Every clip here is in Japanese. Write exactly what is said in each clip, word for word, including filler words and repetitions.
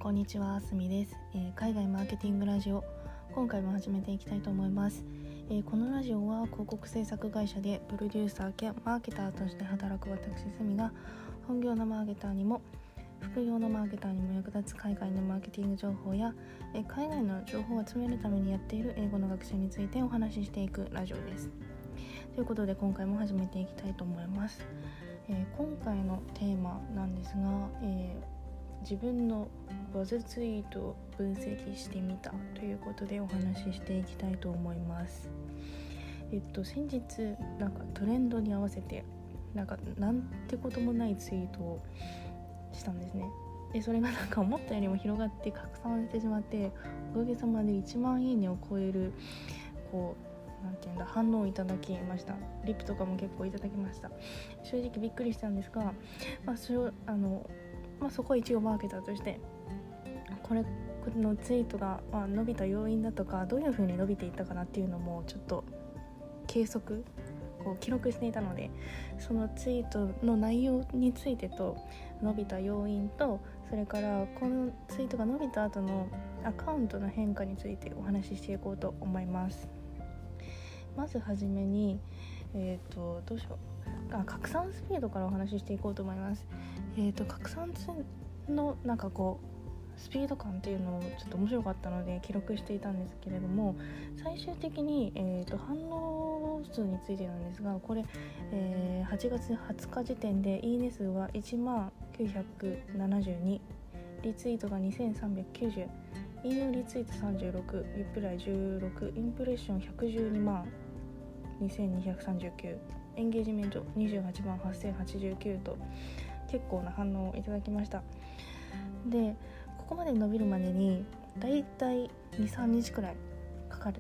こんにちは、すみです、えー、海外マーケティングラジオ、今回も始めていきたいと思います、えー、このラジオは広告制作会社でプロデューサー兼マーケターとして働く私すみが、本業のマーケターにも副業のマーケターにも役立つ海外のマーケティング情報や、えー、海外の情報を集めるためにやっている英語の学習についてお話ししていくラジオです。ということで今回も始めていきたいと思います。えー、今回のテーマなんですが、えー自分のバズツイートを分析してみたということでお話ししていきたいと思います。えっと先日なんかトレンドに合わせてなんかなんてこともないツイートをしたんですね。でそれがなんか思ったよりも広がって拡散してしまって、おかげさまでいちまんいいねを超えるこうなんていうんだ反応をいただきました。リップとかも結構いただきました。正直びっくりしたんですが、まあそれをあのまあ、そこは一応マーケターとしてこれのツイートがまあ伸びた要因だとか、どういう風に伸びていったかなっていうのもちょっと計測こう記録していたので、そのツイートの内容についてと伸びた要因と、それからこのツイートが伸びた後のアカウントの変化についてお話ししていこうと思います。まずはじめにえっ、ー、とどうしようあ拡散スピードからお話ししていこうと思います。えーと拡散のなんかこうスピード感っていうのをちょっと面白かったので記録していたんですけれども、最終的に、えーと反応数についてなんですが、これ、えー、はちがつはつか時点でいいね数はいちまんきゅうひゃくななじゅうに、リツイートがにせんさんびゃくきゅうじゅう、引用リツイートさんじゅうろく、リプライじゅうろく、インプレッションひゃくじゅうにまんにせんにひゃくさんじゅうきゅう、エンゲージメントにじゅうはちまんはっせんはちじゅうきゅうと結構な反応をいただきました。でここまで伸びるまでにだいたい にさんにちくらいかかって、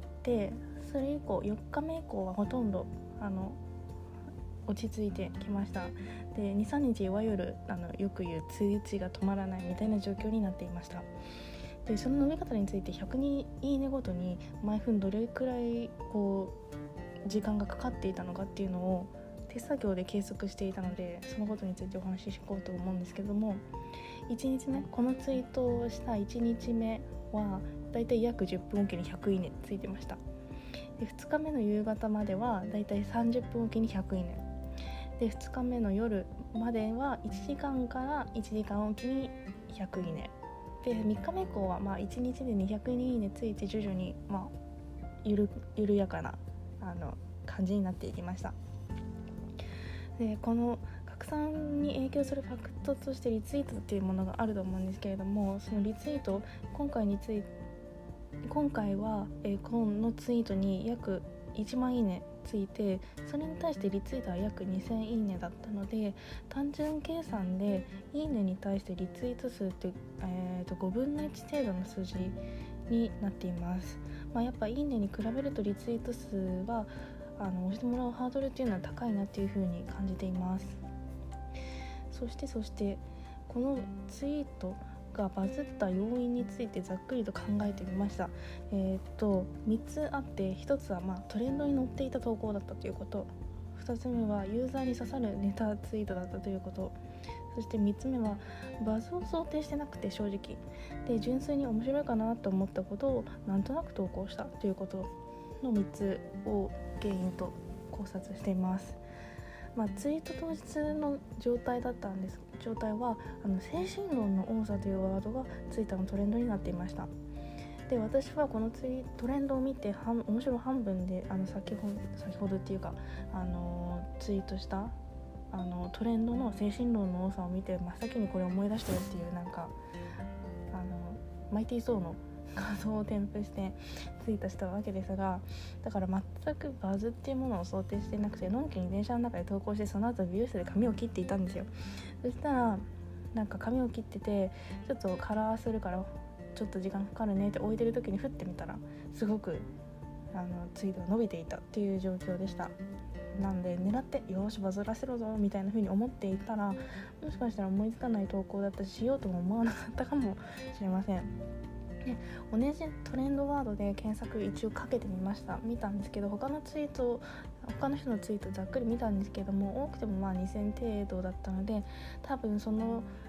それ以降よっかめ以降はほとんどあの落ち着いてきました。で にさんにちいわゆるあのよく言う通知が止まらないみたいな状況になっていました。でその伸び方についてひゃくにいいねごとに毎分どれくらいこう時間がかかっていたのかっていうのを手作業で計測していたので、そのことについてお話ししようと思うんですけども、いちにちめこのツイートをしたいちにちめはだいたい約じゅっぷんおきにひゃくいいねついてました。でふつかめの夕方まではだいたいさんじゅっぷんおきにひゃくいいねで、ふつかめの夜まではいちじかんからいちじかんおきにひゃくいいねで、みっかめ以降はまあいちにちでにひゃくいいねついて徐々にまあゆる緩やかなあの感じになっていきました。でこの拡散に影響するファクトとしてリツイートっていうものがあると思うんですけれども、そのリツイート今回につい今回は、えー、このツイートに約いちまんいいねついて、それに対してリツイートは約にせんいいねだったので、単純計算でいいねに対してリツイート数って、えー、とごぶんのいち程度の数字になっています。まあ、やっぱいいねに比べるとリツイート数はあの押してもらうハードルっていうのは高いなっていう風に感じています。そしてそしてこのツイートがバズった要因についてざっくりと考えてみました。えー、っとみっつあって、ひとつはまあトレンドに乗っていた投稿だったということ、ふたつめはユーザーに刺さるネタツイートだったということ、そしてみっつめはバズを想定してなくて正直で純粋に面白いかなと思ったことをなんとなく投稿したということのみっつを原因と考察しています。まあ、ツイート当日の状態だったんです状態はあの精神論の多さというワードがツイッターのトレンドになっていました。で私はこのツイトレンドを見て半面白半分であの先ほど先ほどっていうかあのツイートしたあのトレンドの精神論の多さを見て真っ先にこれを思い出したよっていうなんかあのマイティーソーの画像を添付してツイートしたわけですが、だから全くバズっていうものを想定してなくて、のんきに電車の中で投稿して、その後美容室で髪を切っていたんですよ。そしたらなんか髪を切っててちょっとカラーするからちょっと時間かかるねって置いてる時に振ってみたらすごくあのツイートが伸びていたっていう状況でした。なんで狙ってよーしバズらせろぞみたいな風に思っていたら、もしかしたら思いつかない投稿だったし、しようとも思わなかったかもしれません。で同じトレンドワードで検索一応かけてみました見たんですけど、他のツイート他の人のツイートざっくり見たんですけども、多くてもまあにせん程度だったので、多分その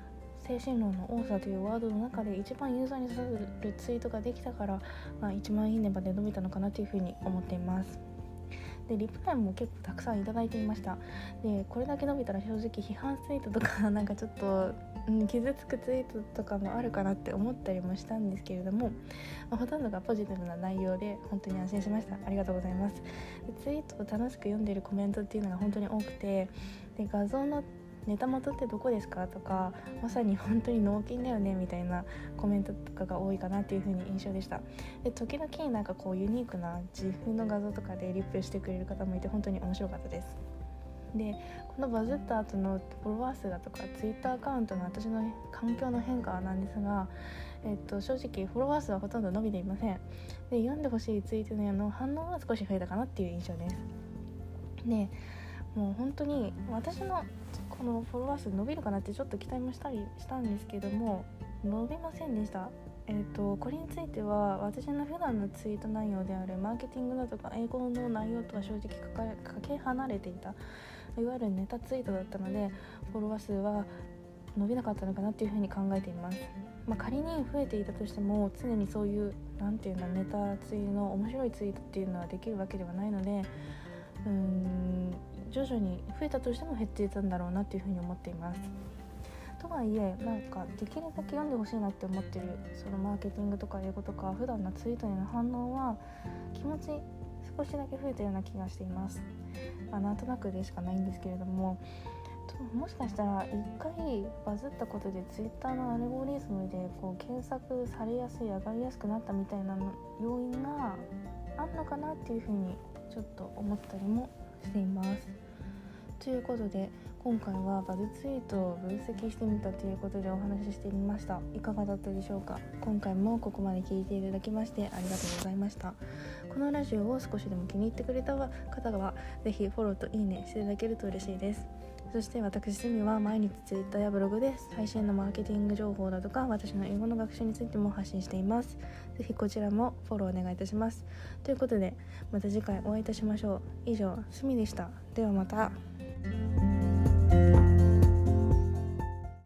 精神論の多さというワードの中で一番ユーザーに刺さるツイートができたから、まあ、いちまんいいねまで伸びたのかなというふうに思っています。でリプライも結構たくさんいただいていました。でこれだけ伸びたら正直批判ツイートとかなんかちょっと、うん、傷つくツイートとかもあるかなって思ったりもしたんですけれども、まあ、ほとんどがポジティブな内容で本当に安心しました。ありがとうございます。でツイートを楽しく読んでいるコメントっていうのが本当に多くて、で画像のネタ元ってどこですかとか、まさに本当に脳筋だよねみたいなコメントとかが多いかなっていう風に印象でした。で時々なんかこうユニークな自負の画像とかでリップしてくれる方もいて本当に面白かったです。でこのバズった後のフォロワー数だとかツイッターアカウントの私の環境の変化なんですが、えっと、正直フォロワー数はほとんど伸びていません。で読んでほしいツイートの反応は少し増えたかなっていう印象です。でもう本当に私のこのフォロワー数伸びるかなってちょっと期待もしたりしたんですけども、伸びませんでした。えーと、これについては私の普段のツイート内容であるマーケティングだとか英語の内容とは正直かけ離れていたいわゆるネタツイートだったので、フォロワー数は伸びなかったのかなっていうふうに考えています。まあ、仮に増えていたとしても常にそういうなんていうのネタツイートの面白いツイートっていうのはできるわけではないので、うーん徐々に増えたとしても減っていたんだろうなっていうふうに思っています。とはいえなんかできるだけ読んでほしいなって思ってるそのマーケティングとか英語とか普段のツイートへの反応は気持ち少しだけ増えたような気がしています。まあ、なんとなくでしかないんですけれども、もしかしたら一回バズったことでツイッターのアルゴリズムでこう検索されやすい上がりやすくなったみたいな要因があるのかなっていうふうにちょっと思ったりもしています。ということで今回はバズツイートを分析してみたということでお話ししてみました。いかがだったでしょうか。今回もここまで聞いていただきましてありがとうございました。このラジオを少しでも気に入ってくれた方はぜひフォローといいねしていただけると嬉しいです。そして私セミは毎日ツイッターやブログで最新のマーケティング情報だとか私の英語の学習についても発信しています。ぜひこちらもフォローお願いいたします。ということでまた次回お会いいたしましょう。以上セミでした。ではまた。